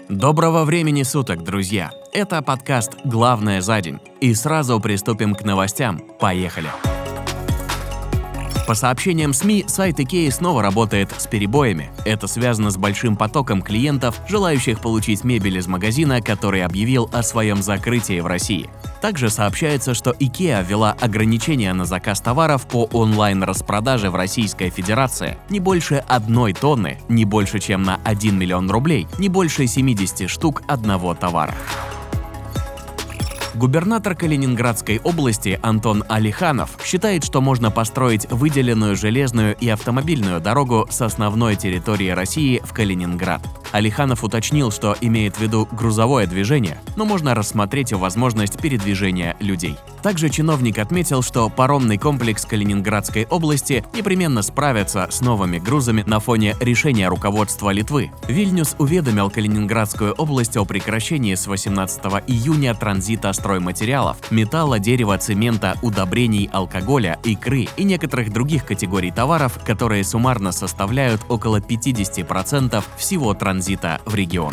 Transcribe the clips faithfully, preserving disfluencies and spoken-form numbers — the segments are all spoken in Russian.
Доброго времени суток, друзья! Это подкаст «Главное за день». И сразу приступим к новостям. Поехали! По сообщениям СМИ, сайт IKEA снова работает с перебоями. Это связано с большим потоком клиентов, желающих получить мебель из магазина, который объявил о своем закрытии в России. Также сообщается, что IKEA ввела ограничения на заказ товаров по онлайн-распродаже в Российской Федерации. Не больше одной тонны, не больше, чем на один миллион рублей, не больше семидесяти штук одного товара. Губернатор Калининградской области Антон Алиханов считает, что можно построить выделенную железную и автомобильную дорогу с основной территории России в Калининград. Алиханов уточнил, что имеет в виду грузовое движение, но можно рассмотреть и возможность передвижения людей. Также чиновник отметил, что паромный комплекс Калининградской области непременно справится с новыми грузами на фоне решения руководства Литвы. Вильнюс уведомил Калининградскую область о прекращении с восемнадцатого июня транзита стройматериалов, металла, дерева, цемента, удобрений, алкоголя, икры и некоторых других категорий товаров, которые суммарно составляют около пятидесяти процентов всего транзита в регион.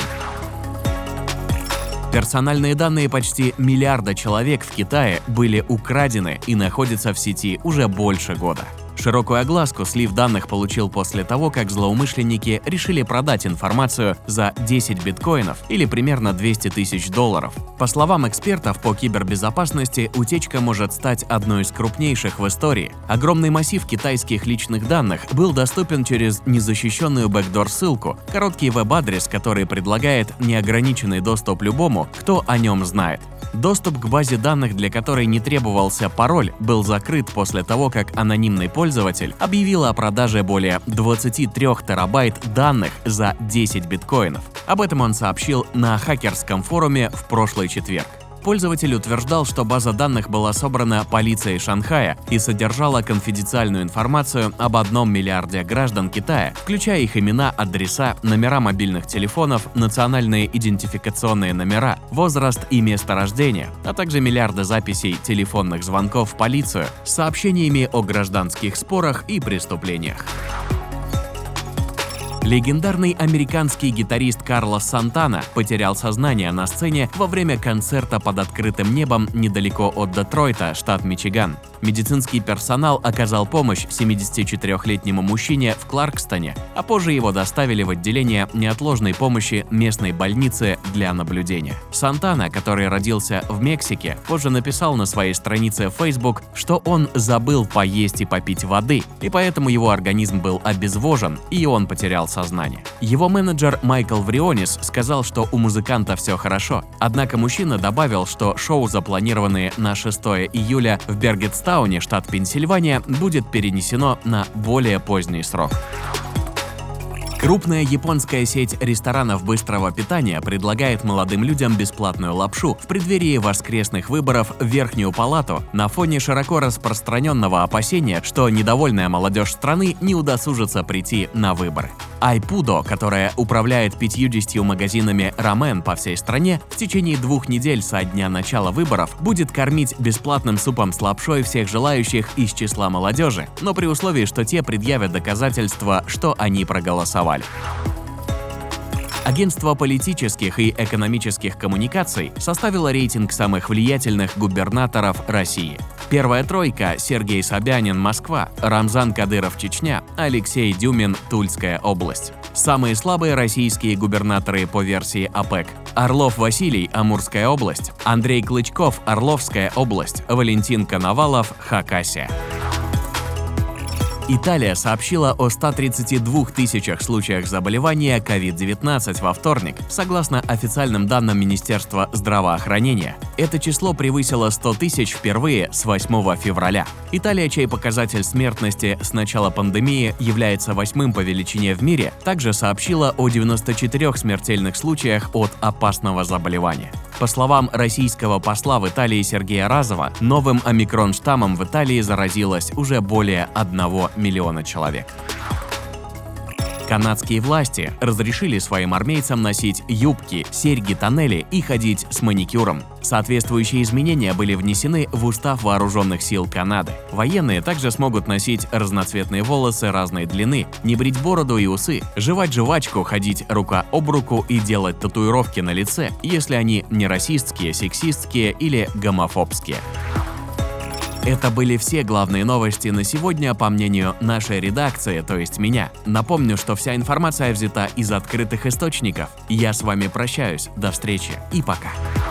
Персональные данные почти миллиарда человек в Китае были украдены и находятся в сети уже больше года. Широкую огласку слив данных получил после того, как злоумышленники решили продать информацию за десять биткоинов или примерно двести тысяч долларов. По словам экспертов по кибербезопасности, утечка может стать одной из крупнейших в истории. Огромный массив китайских личных данных был доступен через незащищенную бэкдор-ссылку, короткий веб-адрес, который предлагает неограниченный доступ любому, кто о нем знает. Доступ к базе данных, для которой не требовался пароль, был закрыт после того, как анонимный пользователь объявил о продаже более двадцати трёх терабайт данных за десять биткоинов. Об этом он сообщил на хакерском форуме в прошлый четверг. Пользователь утверждал, что база данных была собрана полицией Шанхая и содержала конфиденциальную информацию об одном миллиарде граждан Китая, включая их имена, адреса, номера мобильных телефонов, национальные идентификационные номера, возраст и место рождения, а также миллиарды записей телефонных звонков в полицию с сообщениями о гражданских спорах и преступлениях. Легендарный американский гитарист Карлос Сантана потерял сознание на сцене во время концерта под открытым небом недалеко от Детройта, штат Мичиган. Медицинский персонал оказал помощь семидесятичетырёхлетнему мужчине в Кларкстоне, а позже его доставили в отделение неотложной помощи местной больницы для наблюдения. Сантана, который родился в Мексике, позже написал на своей странице в Facebook, что он забыл поесть и попить воды, и поэтому его организм был обезвожен, и он потерял сознание. Его менеджер Майкл Врионис сказал, что у музыканта все хорошо, однако мужчина добавил, что шоу, запланированные на шестого июля в Бергетстауне, штат Пенсильвания, будет перенесено на более поздний срок. Крупная японская сеть ресторанов быстрого питания предлагает молодым людям бесплатную лапшу в преддверии воскресных выборов в Верхнюю Палату на фоне широко распространенного опасения, что недовольная молодежь страны не удосужится прийти на выборы. Айпудо, которая управляет пятьюдесятью магазинами рамен по всей стране, в течение двух недель со дня начала выборов будет кормить бесплатным супом с лапшой всех желающих из числа молодежи, но при условии, что те предъявят доказательства, что они проголосовали. Агентство политических и экономических коммуникаций составило рейтинг самых влиятельных губернаторов России. Первая тройка – Сергей Собянин, Москва, Рамзан Кадыров, Чечня, Алексей Дюмин, Тульская область. Самые слабые российские губернаторы по версии ОПЕК: Орлов Василий, Амурская область, Андрей Клычков, Орловская область, Валентин Коновалов, Хакасия. Италия сообщила о ста тридцати двух тысячах случаях заболевания ковид девятнадцать во вторник, согласно официальным данным Министерства здравоохранения. Это число превысило сто тысяч впервые с восьмого февраля. Италия, чей показатель смертности с начала пандемии является восьмым по величине в мире, также сообщила о девяноста четырёх смертельных случаях от опасного заболевания. По словам российского посла в Италии Сергея Разова, новым омикрон-штаммом в Италии заразилось уже более одного миллиона человек. Канадские власти разрешили своим армейцам носить юбки, серьги-тоннели и ходить с маникюром. Соответствующие изменения были внесены в Устав Вооруженных сил Канады. Военные также смогут носить разноцветные волосы разной длины, не брить бороду и усы, жевать жвачку, ходить рука об руку и делать татуировки на лице, если они не расистские, сексистские или гомофобские. Это были все главные новости на сегодня, по мнению нашей редакции, то есть меня. Напомню, что вся информация взята из открытых источников. Я с вами прощаюсь, до встречи и пока.